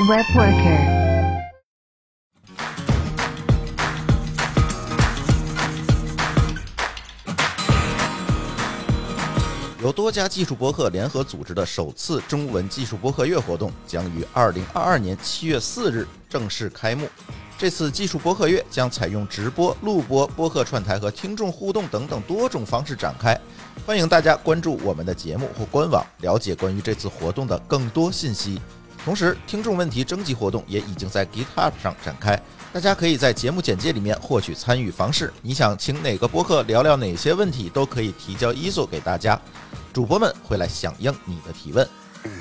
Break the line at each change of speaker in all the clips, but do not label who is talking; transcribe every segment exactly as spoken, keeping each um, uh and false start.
Web Worker。
由多家技术播客联合组织的首次中文技术播客月活动将于二零二二年七月四日正式开幕。这次技术播客月将采用直播、录播、播客串台和听众互动等等多种方式展开，欢迎大家关注我们的节目或官网，了解关于这次活动的更多信息。同时，听众问题征集活动也已经在 GitHub 上展开，大家可以在节目简介里面获取参与方式。你想请哪个播客聊聊哪些问题，都可以提交 E S O 给大家，主播们会来响应你的提问。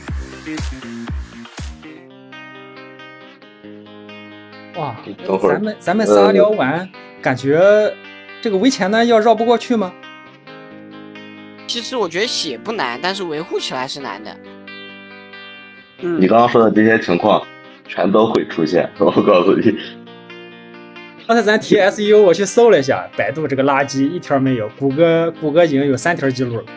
哇，咱们咱们仨聊完，呃、感觉这个维前呢要绕不过去吗？
其实我觉得写不难，但是维护起来是难的。
嗯，你刚刚说的这些情况全都会出现，我告诉你。
刚才咱提 S E O， 我去搜了一下，百度这个垃圾一条没有，谷歌谷歌已经有三条记录了。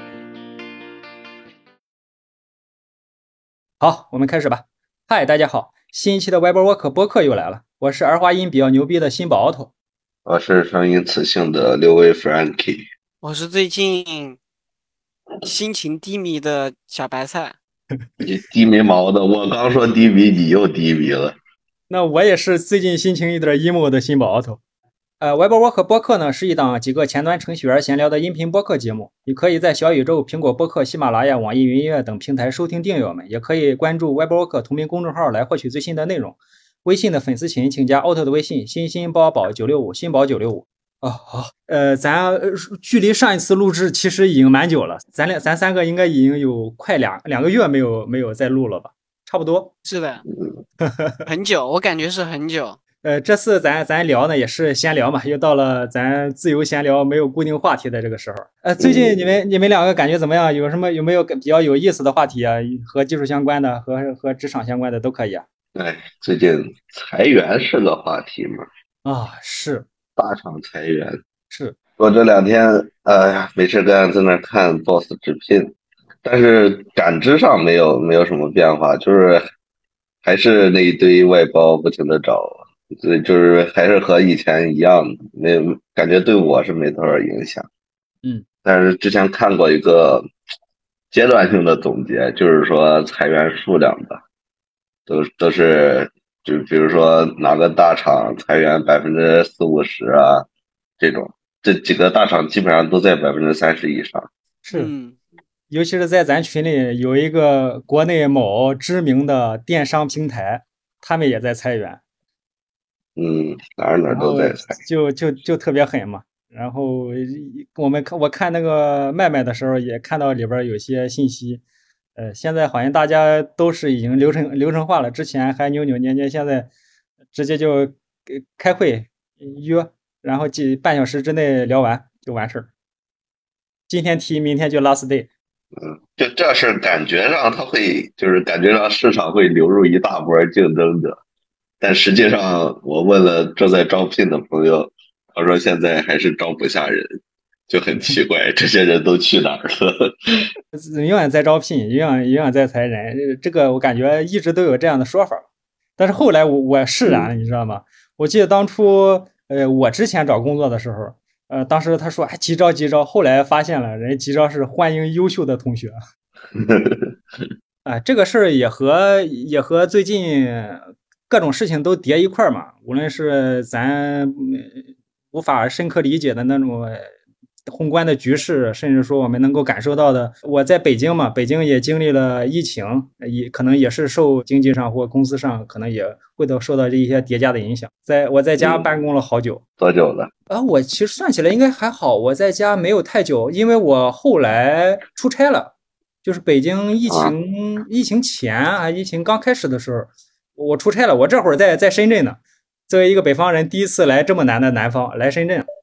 好，我们开始吧。嗨，大家好，新一期的 Web Worker 播客又来了，我是儿化音比较牛逼的新宝头，
我是声音磁性的六位 Frankie，
我是最近心情低迷的小白菜。
你低眉毛的，我刚说低迷，你又低迷了。
那我也是最近心情有点 emo 的新宝头。呃 ，Web Worker 播客呢是一档几个前端程序员闲聊的音频播客节目，你可以在小宇宙、苹果播客、喜马拉雅、网易云音乐等平台收听订阅我们，也可以关注 Web Worker 同名公众号来获取最新的内容。微信的粉丝群请加 Auto 的微信新新宝宝九六五新宝九六五。哦好，呃，咱距离上一次录制其实已经蛮久了，咱俩咱三个应该已经有快两两个月没有没有再录了吧？差不多。
是的，很久，我感觉是很久。
呃，这次咱咱聊呢也是闲聊嘛，又到了咱自由闲聊没有固定话题的这个时候。呃，最近你们你们两个感觉怎么样？有什么有没有比较有意思的话题啊？和技术相关的，和和职场相关的都可以啊。
哎，最近裁员是个话题嘛？
啊，是。
大厂裁员
是，
我这两天呃呀没事干在那看 boss 直聘，但是感知上没有没有什么变化，就是还是那一堆外包不停的找，所以就是还是和以前一样，没感觉对我是没多少影响。
嗯，
但是之前看过一个阶段性的总结，就是说裁员数量吧，都都是。就比如说哪个大厂裁员百分之四五十啊，这种这几个大厂基本上都在百分之三十以上。
是，尤其是在咱群里有一个国内某知名的电商平台，他们也在裁员。
嗯，哪儿哪儿都在裁，
就就就特别狠嘛。然后我们看我看那个麦麦的时候，也看到里边有些信息。呃，现在好像大家都是已经流程流程化了，之前还扭扭捏捏，现在直接就开会约，然后几半小时之内聊完就完事儿。今天提，明天就 last day。
嗯，就这事感觉上他会，就是感觉上市场会流入一大波竞争者，但实际上我问了正在招聘的朋友，他说现在还是招不下人。就很奇怪，这些人都去哪儿了？
永远在招聘，永远永远在裁人，这个我感觉一直都有这样的说法。但是后来我我释然了，你知道吗？我记得当初呃我之前找工作的时候，呃当时他说哎急招急招，后来发现了人急招是欢迎优秀的同学。啊、呃，这个事儿也和也和最近各种事情都叠一块嘛，无论是咱无法深刻理解的那种宏观的局势，甚至说我们能够感受到的，我在北京嘛，北京也经历了疫情，也可能也是受经济上或公司上可能也会到受到这一些叠加的影响。在我在家办公了好久，
嗯、多久了？
啊，我其实算起来应该还好，我在家没有太久，因为我后来出差了，就是北京疫情、啊、疫情前啊，疫情刚开始的时候，我出差了，我这会儿在在深圳呢。作为一个北方人，第一次来这么难的南方，来深圳。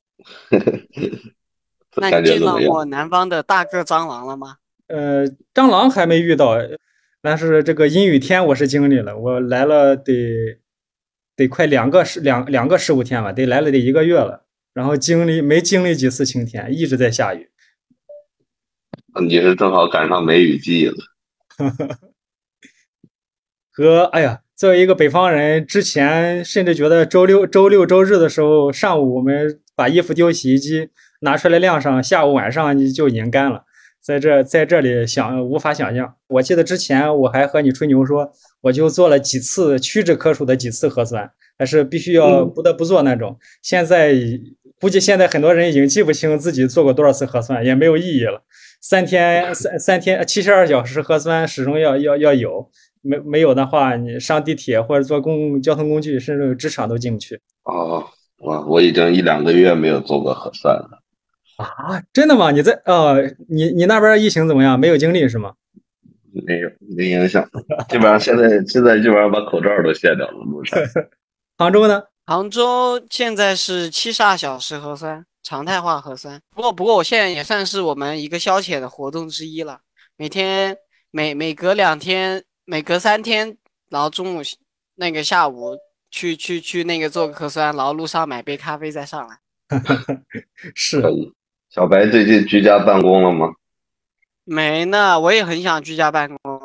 那你见到过南方的大个蟑螂了吗？
呃，蟑螂还没遇到，但是这个阴雨天我是经历了。我来了得得快两个十两两个十五天吧，得来了得一个月了。然后经历没经历几次晴天，一直在下雨。
你是正好赶上梅雨季了。
和哎呀， 作为一个北方人，之前甚至觉得周六、周六、周日的时候，上午我们把衣服丢洗衣机，拿出来晾上，下午晚上就已经干了。在这在这里想无法想象。我记得之前我还和你吹牛说，我就做了几次屈指可数的几次核酸，还是必须要不得不做那种。现在估计现在很多人已经记不清自己做过多少次核酸，也没有意义了。三天三三天七十二小时核酸始终要要要有。没没有的话，你上地铁或者坐公共交通工具，甚至职场都进不去。
哦，我我已经一两个月没有做过核酸了。
啊，真的吗？你在呃，你你那边疫情怎么样？没有经历是吗？
没有，没影响。基本上现在现在基本上把口罩都卸掉了，路上。
杭州呢？
杭州现在是七十二小时核酸，常态化核酸。不过不过我现在也算是我们一个消遣的活动之一了，每天每每隔两天。每隔三天，然后中午那个下午去去去那个做个核酸，然后路上买杯咖啡再上来。
是。
可以。小白最近居家办公了吗？
没呢，我也很想居家办公。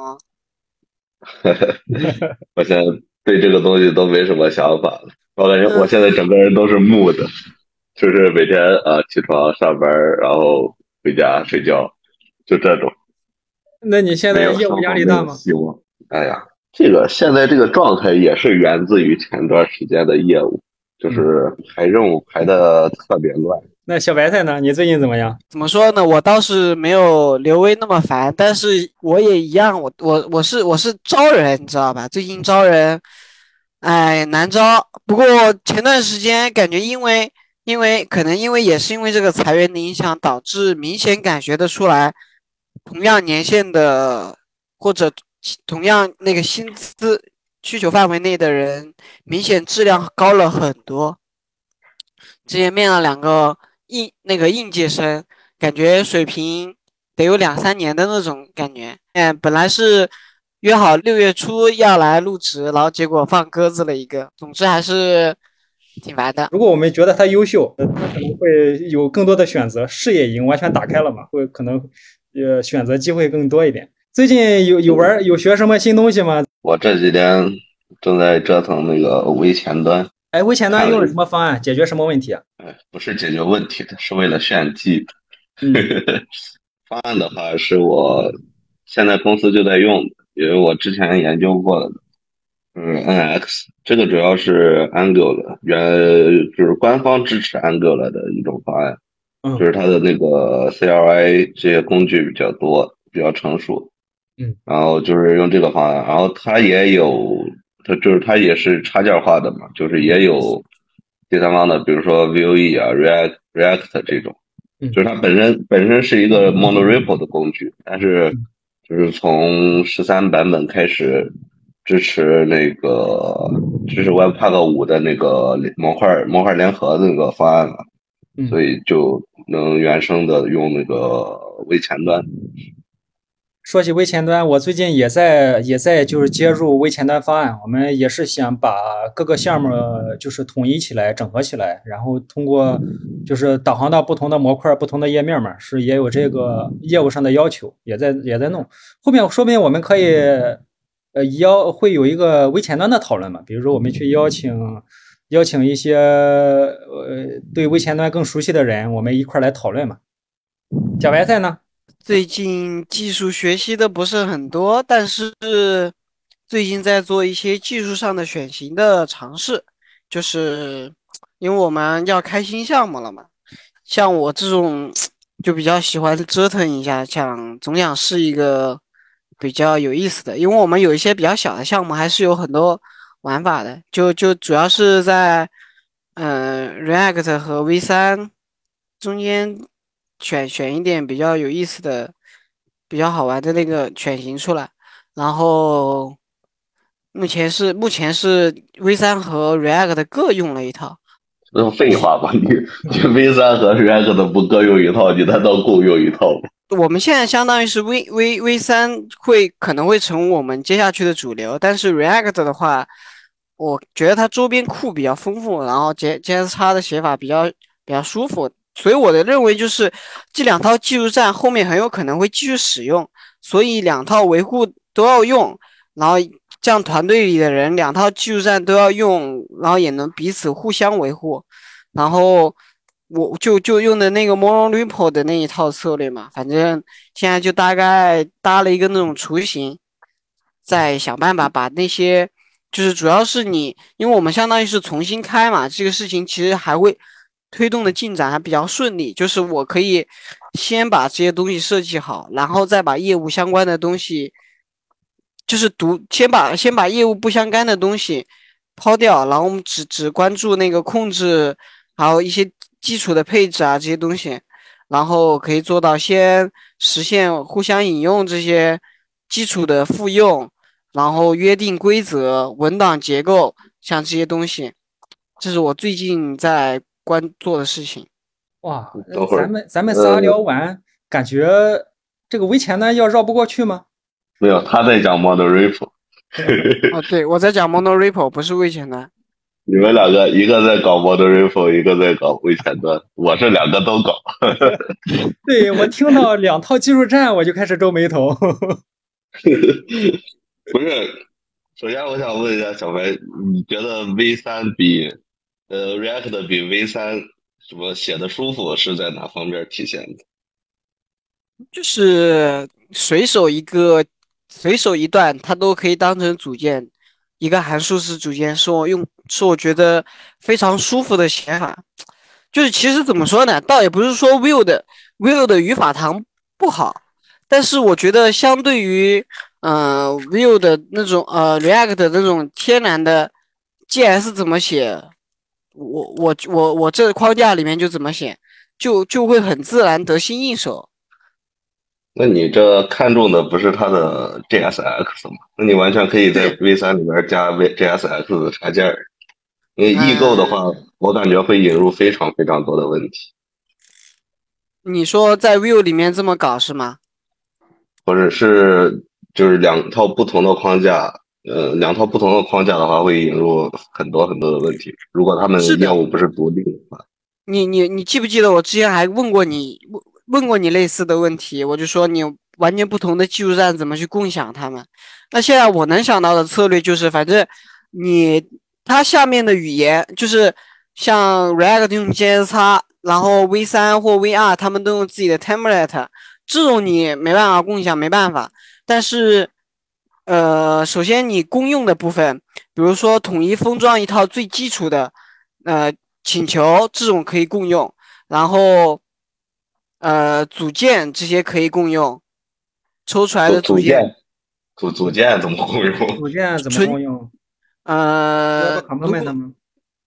我现在对这个东西都没什么想法了。我感觉我现在整个人都是木的，就是每天啊、呃、起床上班，然后回家睡觉，就这种。
那你现在业务压力大吗？
希望。哎呀，这个现在这个状态也是源自于前段时间的业务，就是排任务排的特别乱。
那小白菜呢？你最近怎么样？
怎么说呢？我倒是没有刘威那么烦，但是我也一样，我我我是我是招人，你知道吧？最近招人，哎，难招。不过前段时间感觉因为因为可能因为也是因为这个裁员的影响，导致明显感觉得出来，同样年限的或者同样那个薪资需求范围内的人，明显质量高了很多。之前面了两个应那个应届生，感觉水平得有两三年的那种感觉。嗯，本来是约好六月初要来入职，然后结果放鸽子了一个。总之还是挺烦的。
如果我们觉得他优秀，他可能会有更多的选择，视野已经完全打开了嘛，会可能呃选择机会更多一点。最近有有玩有学什么新东西吗？
我这几天正在折腾那个微前端。
哎，微前端用了什么方案？解决什么问题啊？
哎，不是解决问题的，是为了炫技的。
嗯、
方案的话是我现在公司就在用的，因为我之前研究过了的。嗯 ，N X 这个主要是 Angular 原就是官方支持 Angular 的一种方案，
嗯、
就是它的那个 C L I 这些工具比较多，比较成熟。
嗯，
然后就是用这个方案，然后它也有，它就是它也是插件化的嘛，就是也有第三方的，比如说 Vue 啊、React、React 这种，就是它本身本身是一个 monorepo 的工具，但是就是从十三版本开始支持那个支持 Webpack 五的那个模块模块联合的那个方案了，所以就能原生的用那个微前端。
说起微前端，我最近也在也在就是接入微前端方案，我们也是想把各个项目就是统一起来、整合起来，然后通过就是导航到不同的模块、不同的页面嘛，是也有这个业务上的要求，也在也在弄。后面说不定我们可以呃邀会有一个微前端的讨论嘛，比如说我们去邀请邀请一些呃对微前端更熟悉的人，我们一块来讨论嘛。小白菜呢？
最近技术学习的不是很多，但是最近在做一些技术上的选型的尝试，就是因为我们要开新项目了嘛，像我这种就比较喜欢折腾一下，想总想是一个比较有意思的，因为我们有一些比较小的项目，还是有很多玩法的，就就主要是在嗯、呃、React 和 V 三中间。选选一点比较有意思的、比较好玩的那个选型出来，然后目前是目前是 V 三和 React 各用了一套。
那废话吧，你你 V 三和 React 不各用一套，你难道共用一套吗？
我们现在相当于是 V V V 三会可能会成为我们接下去的主流，但是 React 的话，我觉得它周边库比较丰富，然后 J J S X 的写法比较比较舒服。所以我的认为就是这两套技术栈后面很有可能会继续使用，所以两套维护都要用，然后这样团队里的人两套技术栈都要用，然后也能彼此互相维护。然后我就就用的那个 Mono Repo 的那一套策略嘛，反正现在就大概搭了一个那种雏形，再想办法把那些，就是主要是你，因为我们相当于是重新开嘛，这个事情其实还会推动的进展还比较顺利，就是我可以先把这些东西设计好，然后再把业务相关的东西，就是读先把先把业务不相干的东西抛掉，然后我们只只关注那个控制，还有一些基础的配置啊这些东西，然后可以做到先实现互相引用这些基础的复用，然后约定规则、文档结构，像这些东西，这是我最近在关做的事情。
哇，
等会儿
咱们咱们仨聊完，感觉这个微前端要绕不过去吗？
没有，他在讲 Mono Repo。
哦，对，我在讲 Mono Repo，不是微前端。
你们两个一个在搞 Mono Repo，一个在搞微前端，我是两个都搞。
对，我听到两套技术栈我就开始皱眉头。
不是，首先我想问一下小白，你觉得 V 三比呃 React 比 V 三什么写的舒服是在哪方面体现的？
就是随手一个随手一段，它都可以当成组件，一个函数式组件，是我用是我觉得非常舒服的写法。就是其实怎么说呢，倒也不是说 Vue 的 Vue 的语法堂不好，但是我觉得相对于嗯、呃、Vue 的那种呃 React 的那种天然的 J S 怎么写，我我我我这框架里面就怎么写，就就会很自然得心应手。
那你这看中的不是它的 J S X 吗？那你完全可以在 V 三里面加 V J S X 的插件儿。因为异构的话，我感觉会引入非常非常多的问题。
你说在 Vue 里面这么搞是吗？
或者是就是两套不同的框架，呃，两套不同的框架的话，会引入很多很多的问题。如果他们
是的
业务不是独立的话，
你你你记不记得我之前还问过你问问过你类似的问题？我就说你完全不同的技术栈怎么去共享它们？那现在我能想到的策略就是，反正你它下面的语言就是像 React 用 J S X，然后 V 三或 V 二他们都用自己的 template，这种你没办法共享，没办法。但是呃，首先你公用的部分，比如说统一封装一套最基础的呃请求，这种可以共用，然后呃组件这些可以共用，抽出来
组
的组件
组件组组件怎么共用？
组件怎么
纯
共用
呃
？Web
如
Component
果
吗？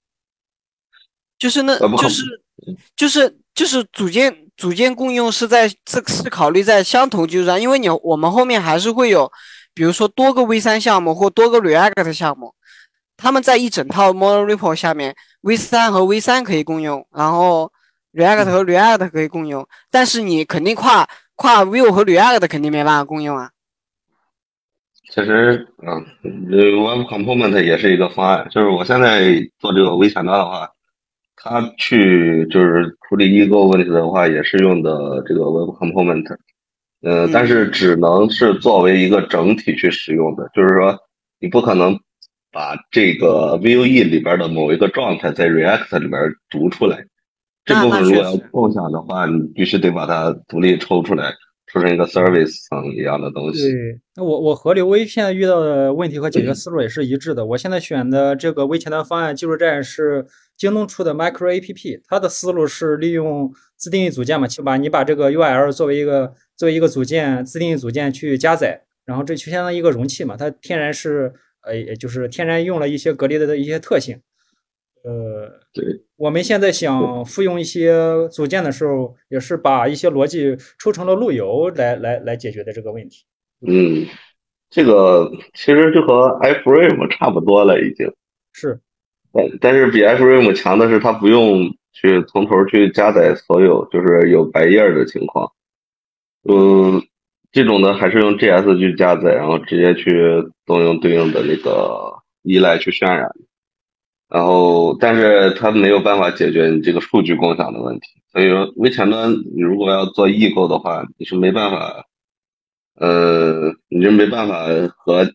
就是那
呃，不可
就是就是就是组件组件共用是在是是考虑在相同基础上，因为你我们后面还是会有，比如说多个 V 三项目或多个 React 项目，他们在一整套 Mono Repo 下面 V 三和 V 三可以共用，然后 React 和 React 可以共用，但是你肯定跨跨 Vue 和 React 肯定没办法共用啊。
其实，嗯，呃，Web Component 也是一个方案。就是我现在做这个微前端的话，它去就是处理异构问题的话，也是用的这个 Web Component。呃，但是
嗯，
只能是作为一个整体去使用的，就是说你不可能把这个 Vue 里边的某一个状态在 React 里边读出来。这
那
部分如果要
那确实。
共享的话，你必须得把它独立抽出来，抽成一个 service 层一样的东西。
对，那我我和刘威现在遇到的问题和解决思路也是一致的。我现在选的这个微前端方案技术栈是京东出的 Micro A P P，它的思路是利用自定义组件嘛，就把你把这个 U I L 作为一个作为一个组件自定义组件去加载，然后这就相当于一个容器嘛，它天然是呃就是天然用了一些隔离的一些特性。呃，
对，
我们现在想复用一些组件的时候，也是把一些逻辑抽成了路由来来来解决的这个问题。
嗯，这个其实就和 iframe 差不多了，已经。
是，
但但是比 iframe 强的是，它不用去从头去加载所有，就是有白页的情况。嗯，这种的还是用 J S 去加载，然后直接去动用对应的那个依赖去渲染。然后，但是它没有办法解决你这个数据共享的问题。所以说，微前端你如果要做异构的话，你是没办法，呃，你是没办法和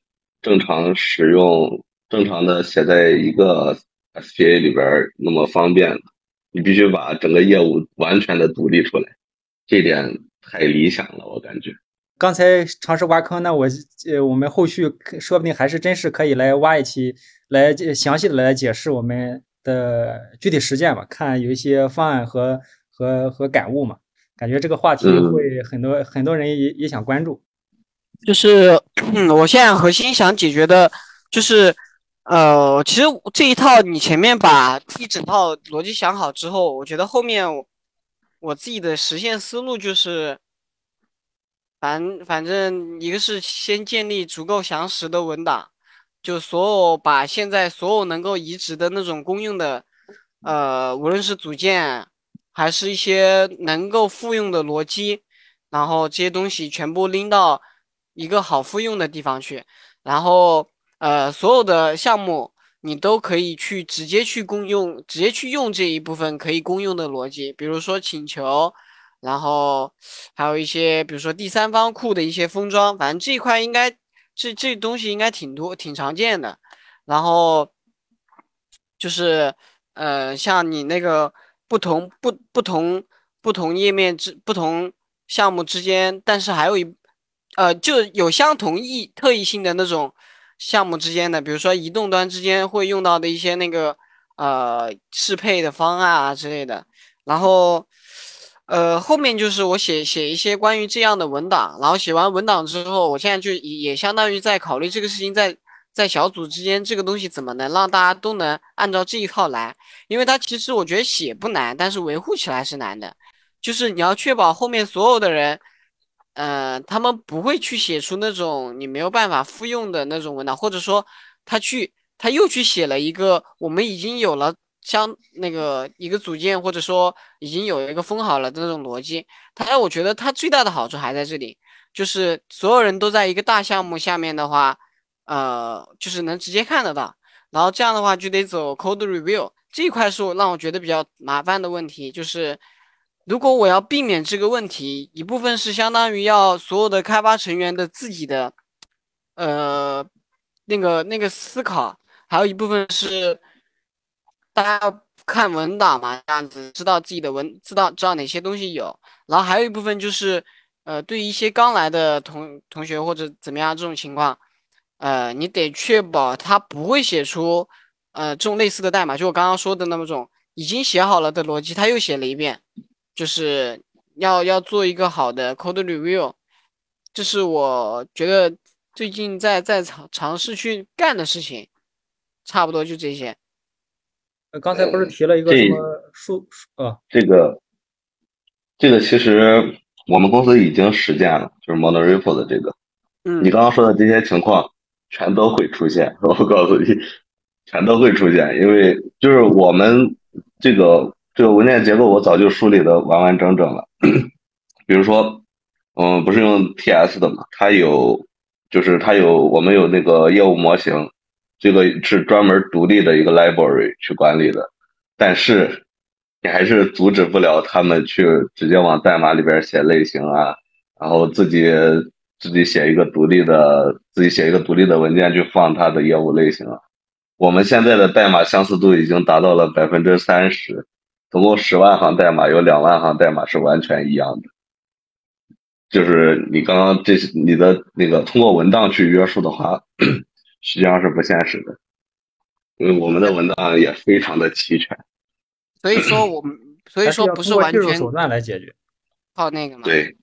正常使用、正常的写在一个 S P A 里边那么方便的，你必须把整个业务完全的独立出来，这点太理想了，我感觉。
刚才尝试挖坑，那我呃，我们后续说不定还是真是可以来挖一期，来详细的来解释我们的具体实践吧，看有一些方案和和和感悟嘛。感觉这个话题会很多、嗯、很多人也也想关注。
就是、嗯、我现在核心想解决的就是，呃，其实这一套你前面把一整套逻辑想好之后，我觉得后面我，我自己的实现思路就是。反反正一个是先建立足够详实的文档，就所有把现在所有能够移植的那种公用的，呃，无论是组件还是一些能够复用的逻辑，然后这些东西全部拎到一个好复用的地方去，然后呃，所有的项目你都可以去直接去公用，直接去用这一部分可以公用的逻辑，比如说请求。然后还有一些，比如说第三方库的一些封装，反正这一块应该这这东西应该挺多、挺常见的。然后就是呃，像你那个不同不不同不同页面之不同项目之间，但是还有一呃，就有相同异特异性的那种项目之间的，比如说移动端之间会用到的一些那个呃适配的方案啊之类的。然后。呃，后面就是我写写一些关于这样的文档，然后写完文档之后，我现在就也相当于在考虑这个事情在在小组之间这个东西怎么能让大家都能按照这一套来，因为它其实我觉得写不难，但是维护起来是难的，就是你要确保后面所有的人，呃，他们不会去写出那种你没有办法复用的那种文档，或者说他去他又去写了一个我们已经有了。像那个一个组件，或者说已经有一个封好了的那种逻辑，它我觉得它最大的好处还在这里，就是所有人都在一个大项目下面的话，呃，就是能直接看得到。然后这样的话就得走 code review 这一块是我让我觉得比较麻烦的问题，就是如果我要避免这个问题，一部分是相当于要所有的开发成员的自己的呃那个那个思考，还有一部分是。大家要看文档嘛，这样子知道自己的文，知道知道哪些东西有，然后还有一部分就是，呃，对于一些刚来的同同学或者怎么样这种情况，呃，你得确保他不会写出，呃，这种类似的代码，就我刚刚说的那种已经写好了的逻辑，他又写了一遍，就是要要做一个好的 code review，这是我觉得最近在在尝尝试去干的事情，差不多就这些。
刚才不是提了一个什么数呃，
这个这个其实我们公司已经实践了，就是 monorepo 的这个，
嗯，
你刚刚说的这些情况全都会出现，我告诉你，全都会出现，因为就是我们这个这个文件结构我早就梳理的完完整整了，比如说，嗯，不是用 T S 的嘛，它有就是它有我们有那个业务模型，这个是专门独立的一个 library 去管理的，但是你还是阻止不了他们去直接往代码里边写类型啊，然后自己自己写一个独立的自己写一个独立的文件去放它的业务类型啊。我们现在的代码相似度已经达到了百分之三十，总共十万行代码，有两万行代码是完全一样的。就是你刚刚这你的那个通过文档去约束的话，实际上是不现实的，因为我们的文档也非常的齐全。
所以说我们，所以说不是完全
手段来解决，
靠那个嘛。
对。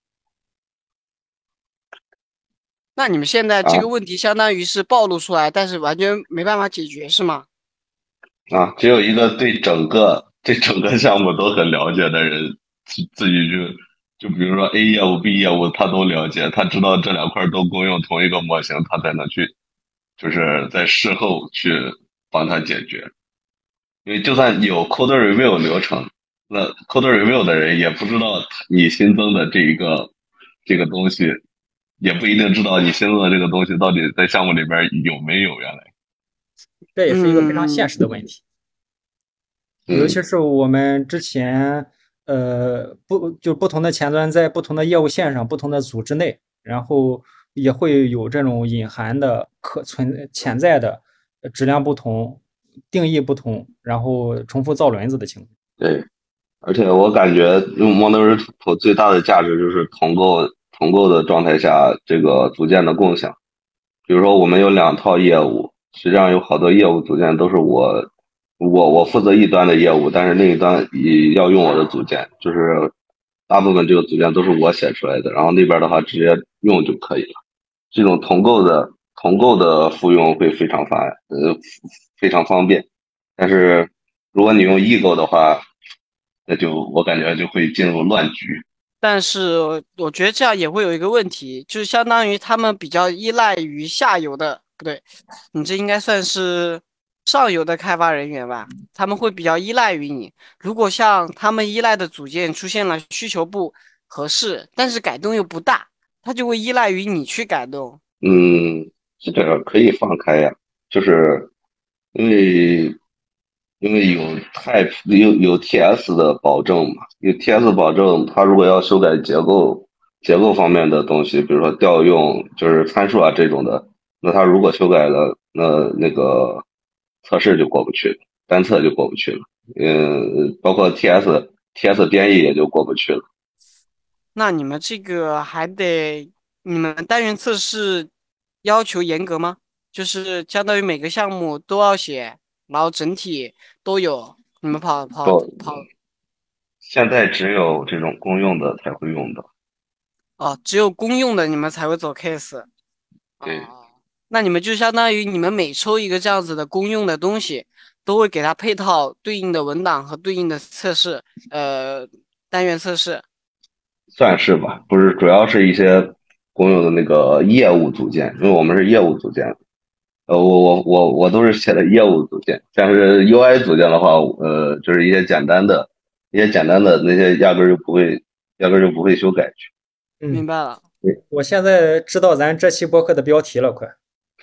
那你们现在这个问题相当于是暴露出来，啊、但是完全没办法解决，是吗？
啊，只有一个对整个对整个项目都很了解的人，自自己就就比如说 A 业务、B 业务，他都了解，他知道这两块都共用同一个模型，他才能去，就是在事后去帮他解决。因为就算有 code review 流程，那 code review 的人也不知道你新增的这一个这个东西，也不一定知道你新增的这个东西到底在项目里边有没有原来。
这也是一个非常现实的问题。
嗯、
尤其是我们之前呃不就不同的前端在不同的业务线上、不同的组织内，然后也会有这种隐含的可存潜在的质量不同、定义不同，然后重复造轮子的情况。
对，而且我感觉用 Mono Repo 最大的价值就是同构同构的状态下，这个组件的共享。比如说我们有两套业务，实际上有好多业务组件都是我我我负责一端的业务，但是另一端也要用我的组件，就是大部分这个组件都是我写出来的，然后那边的话直接用就可以了。这种同构的同构的复用会非常方呃非常方便，但是如果你用异构的话，那就我感觉就会进入乱局。
但是我觉得这样也会有一个问题，就是相当于他们比较依赖于下游的，不对，你这应该算是上游的开发人员吧？他们会比较依赖于你。如果像他们依赖的组件出现了需求不合适，但是改动又不大，他就会依赖于你去改动。
嗯，是这个可以放开呀，就是因为因为有 Type 有有 T S 的保证嘛，有 T S 保证，它如果要修改结构结构方面的东西，比如说调用就是参数啊这种的，那它如果修改了，那那个测试就过不去了，单测就过不去了，嗯，包括 T S T S 编译也就过不去了。
那你们这个还得，你们单元测试要求严格吗？就是相当于每个项目都要写，然后整体都有，你们跑跑
不，
跑。
现在只有这种公用的才会用的。
哦，只有公用的你们才会走 case。
对，
哦，那你们就相当于你们每抽一个这样子的公用的东西，都会给它配套对应的文档和对应的测试，呃，单元测试。
算是吧，不是，主要是一些公用的那个业务组件，因为我们是业务组件，呃，我我我我都是写的业务组件，但是 U I 组件的话，呃，就是一些简单的、一些简单的那些压根儿就不会，压根儿就不会修改去。
嗯，
明白了。
对，
我现在知道咱这期播客的标题了，快。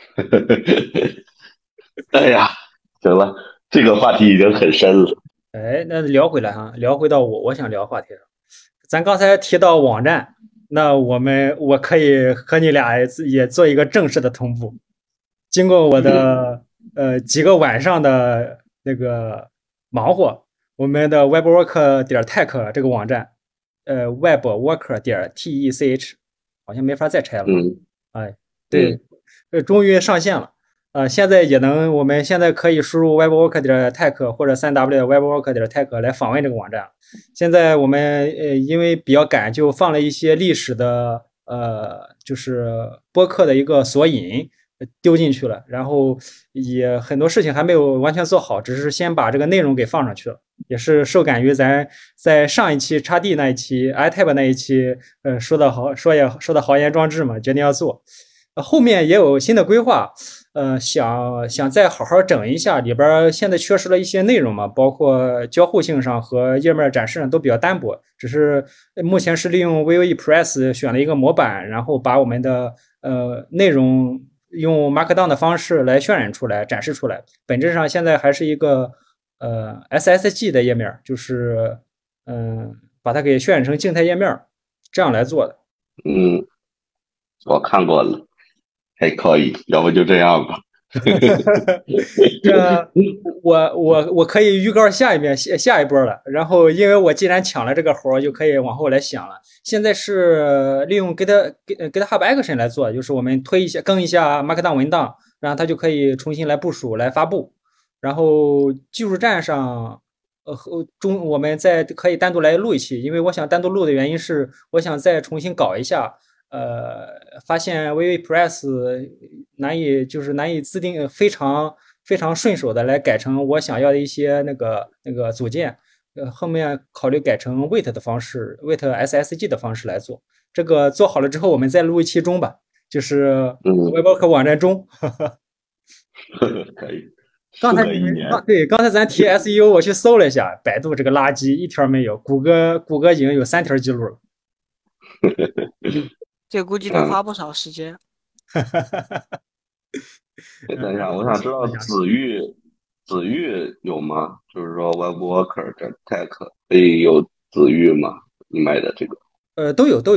哎呀，行了，这个话题已经很深了。
哎，那聊回来哈，聊回到我我想聊话题上。咱刚才提到网站，那我们我可以和你俩也做一个正式的同步。经过我的呃几个晚上的那个忙活，我们的 webwork 点 tech 这个网站，呃 webwork 点 tech 好像没法再拆了。
嗯
哎，对，呃，终于上线了。呃，现在也能，我们现在可以输入 webwork 点 tech 或者三 w webwork 点 tech 来访问这个网站。现在我们呃因为比较赶，就放了一些历史的呃就是播客的一个索引呃丢进去了，然后也很多事情还没有完全做好，只是先把这个内容给放上去了。也是受感于咱在上一期叉 D 那一期 iTab 那一期，呃说的好说也说的豪言壮志嘛，决定要做。呃后面也有新的规划，呃，想想再好好整一下，里边现在缺失了一些内容嘛，包括交互性上和页面展示上都比较单薄，只是目前是利用 Vue Press 选了一个模板，然后把我们的呃内容用 Markdown 的方式来渲染出来、展示出来，本质上现在还是一个呃 S S G 的页面，就是嗯、呃、把它给渲染成静态页面，这样来做的。
嗯，我看过了，还可以，要不就这样吧。
这我我我可以预告下一遍下下一波了。然后，因为我既然抢了这个活，就可以往后来想了。现在是利用 Git GitHub Action 来做，就是我们推一下更一下 Markdown 文档，然后它就可以重新来部署来发布。然后技术站上，呃和中我们再可以单独来录一期，因为我想单独录的原因是，我想再重新搞一下。呃，发现 Vue Press 难以就是难以自定非常非常顺手的来改成我想要的一些那个那个组件，呃，后面考虑改成 Wait 的方式，Wait S S G 的方式来做。这个做好了之后，我们再录一期中吧，就是 Webwork 网站中。
可以。
刚才你们对，刚才咱提 S E O， 我去搜了一下，百度这个垃圾一条没有，谷歌谷歌已经有三条记录了。
这估计得花不少时间。
等一下，我想知道子玉，子玉有吗？就是说 Webworker 这 Tech 可以有子玉吗？你卖的这个？
呃，都有都有，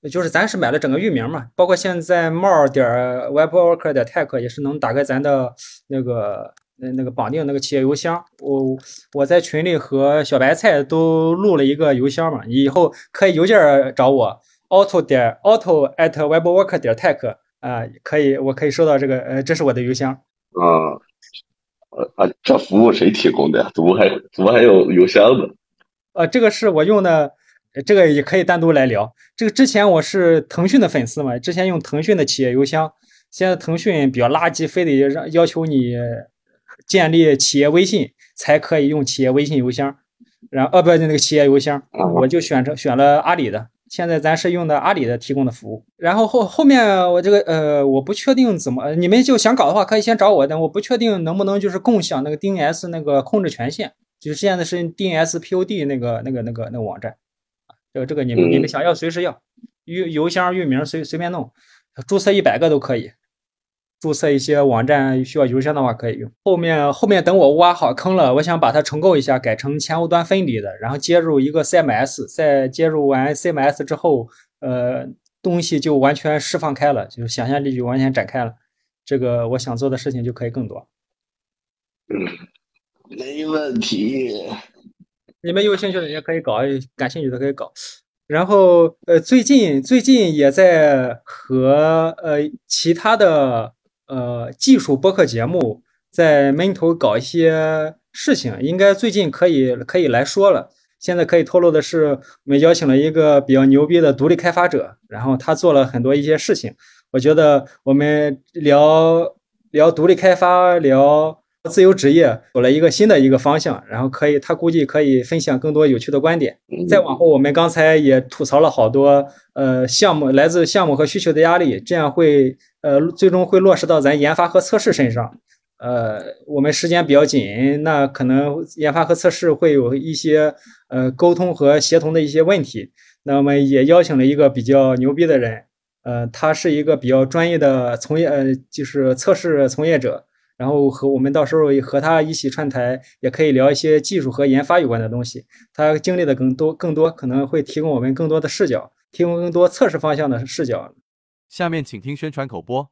就是咱是买了整个域名嘛，包括现在帽点 webworker 点 tech 也是能打开咱的那个那个绑定那个企业邮箱。我我在群里和小白菜都录了一个邮箱嘛，你以后可以邮件找我 auto 点 auto at webworker 点 tech 啊、呃，可以，我可以收到这个，呃，这是我的邮箱。
啊。啊，这服务谁提供的呀？怎么还怎么还有邮箱的？
呃，这个是我用的，这个也可以单独来聊。这个之前我是腾讯的粉丝嘛，之前用腾讯的企业邮箱，现在腾讯比较垃圾，非得让要求你建立企业微信才可以用企业微信邮箱，然后呃不那个企业邮箱，我就选成选了阿里的。现在咱是用的阿里的提供的服务，然后后后面我这个呃我不确定怎么，你们就想搞的话可以先找我，但我不确定能不能就是共享那个 D N S 那个控制权限，就是现在是 D N S P O D 那个那个那个那个网站，这个这个你们你们想要随时要，邮邮箱域名随随便弄，注册一百个都可以。注册一些网站需要邮箱的话可以用。后面后面等我挖好坑了，我想把它重构一下，改成前后端分离的，然后接入一个 C M S， 在接入完 C M S 之后，呃，东西就完全释放开了，就是想象力就完全展开了。这个我想做的事情就可以更多。
嗯，没问题。
你们有兴趣的也可以搞，感兴趣的可以搞。然后呃，最近最近也在和呃其他的。呃，技术播客节目在闷头搞一些事情，应该最近可以可以来说了。现在可以透露的是，我们邀请了一个比较牛逼的独立开发者，然后他做了很多一些事情。我觉得我们聊聊独立开发，聊自由职业，有了一个新的一个方向，然后可以他估计可以分享更多有趣的观点。再往后，我们刚才也吐槽了好多呃项目来自项目和需求的压力，这样会。呃，最终会落实到咱研发和测试身上。呃，我们时间比较紧，那可能研发和测试会有一些呃沟通和协同的一些问题。那么也邀请了一个比较牛逼的人，呃，他是一个比较专业的从业，呃，就是测试从业者。然后和我们到时候和他一起串台，也可以聊一些技术和研发有关的东西。他经历的更多，更多可能会提供我们更多的视角，提供更多测试方向的视角。
下面请听宣传口播。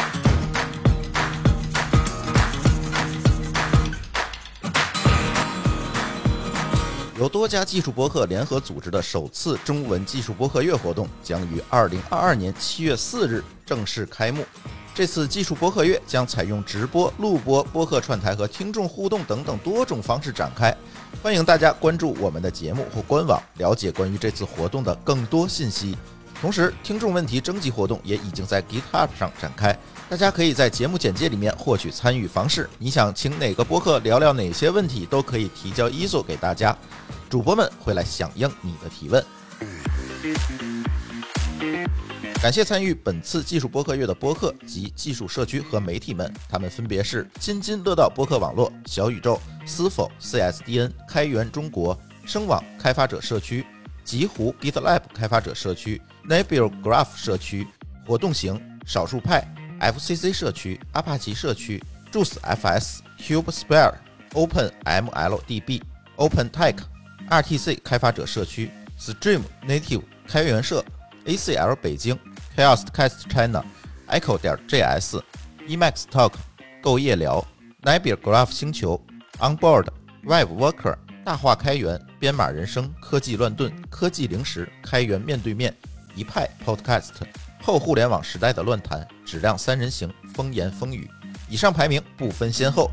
由多家技术播客联合组织的首次中文技术播客月活动将于二零二二年七月四日正式开幕。这次技术播客月将采用直播、录播、播客串台和听众互动等等多种方式展开。欢迎大家关注我们的节目或官网，了解关于这次活动的更多信息。同时，听众问题征集活动也已经在 GitHub 上展开，大家可以在节目简介里面获取参与方式。你想请哪个播客聊聊哪些问题，都可以提交一作给大家，主播们会来响应你的提问。感谢参与本次技术播客月的播客及技术社区和媒体们，他们分别是津津乐道播客网络、小宇宙、思否、C S D N、开源中国、声网开发者社区、极狐 GitLab 开发者社区、Napier Graph 社区、活动型、少数派、F C C 社区、阿帕奇社区、Juice F S、CubeSphere、Open M L D B、OpenTech、R T C 开发者社区、Stream Native 开源社、A C L 北京、Chaoscast China、Echo.js、Emacs Talk、购夜聊、Napier Graph 星球、Onboard、Webworker、大话开源、编码人生、科技乱炖、科技零食、开源面对面、一派 Podcast、后互联网时代的乱谈、质量三人行、风言风语。以上排名不分先后。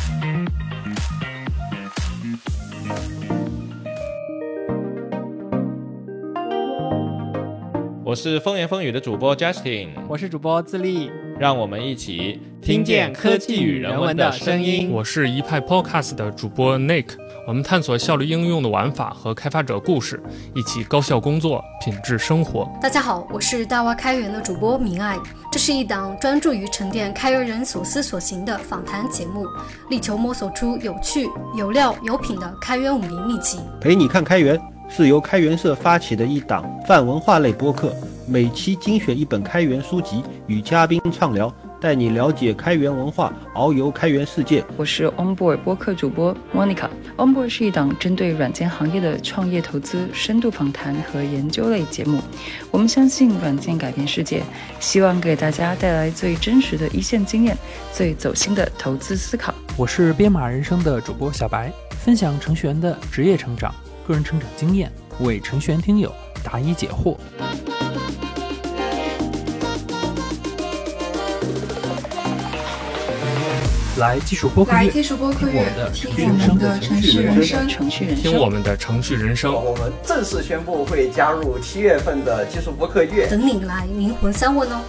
我是风言风语的主播 Justin，
我是主播自立，
让我们一起
听见科技与人文的声音。
我是一派 Podcast 的主播 Nick， 我们探索效率应用的玩法和开发者故事，一起高效工作，品质生活。
大家好，我是大蛙开源的主播明爱，这是一档专注于沉淀开源人所思所行的访谈节目，力求摸索出有趣、有料、有品的开源武林秘籍。
陪你看开源是由开源社发起的一档泛文化类播客，每期精选一本开源书籍，与嘉宾畅聊，带你了解开源文化，遨游开源世界。
我是 Onboard 播客主播 Monica， Onboard 是一档针对软件行业的创业投资深度访谈和研究类节目。我们相信软件改变世界，希望给大家带来最真实的一线经验，最走心的投资思考。
我是编码人生的主播小白，分享程序员的职业成长、个人成长经验，为程序员听友答疑解惑。来技术播客
来技术播客月，听我们的程序人生，
程序人生，
听我们的程序人生。
我们正式宣布会加入七月份的技术播客月，
等你来灵魂三问哦。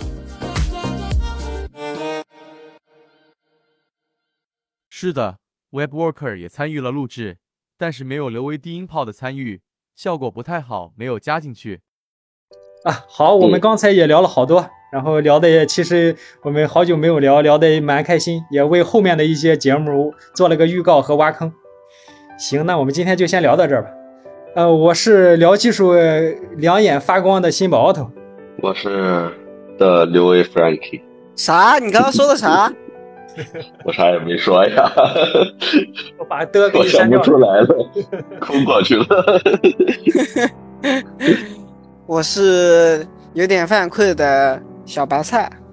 是的 ，Webworker 也参与了录制，但是没有刘维低音炮的参与，效果不太好，没有加进去。
啊，好，我们刚才也聊了好多。然后聊的也，其实我们好久没有聊，聊得蛮开心，也为后面的一些节目做了个预告和挖坑。行，那我们今天就先聊到这儿吧。呃，我是聊技术两眼发光的新宝 auto，
我是的刘威 Frankie。
啥？你刚刚说的啥？
我啥也没说呀。
我把的给
我想
你删掉
不出来了，空过去了。
我是有点犯困的小白菜。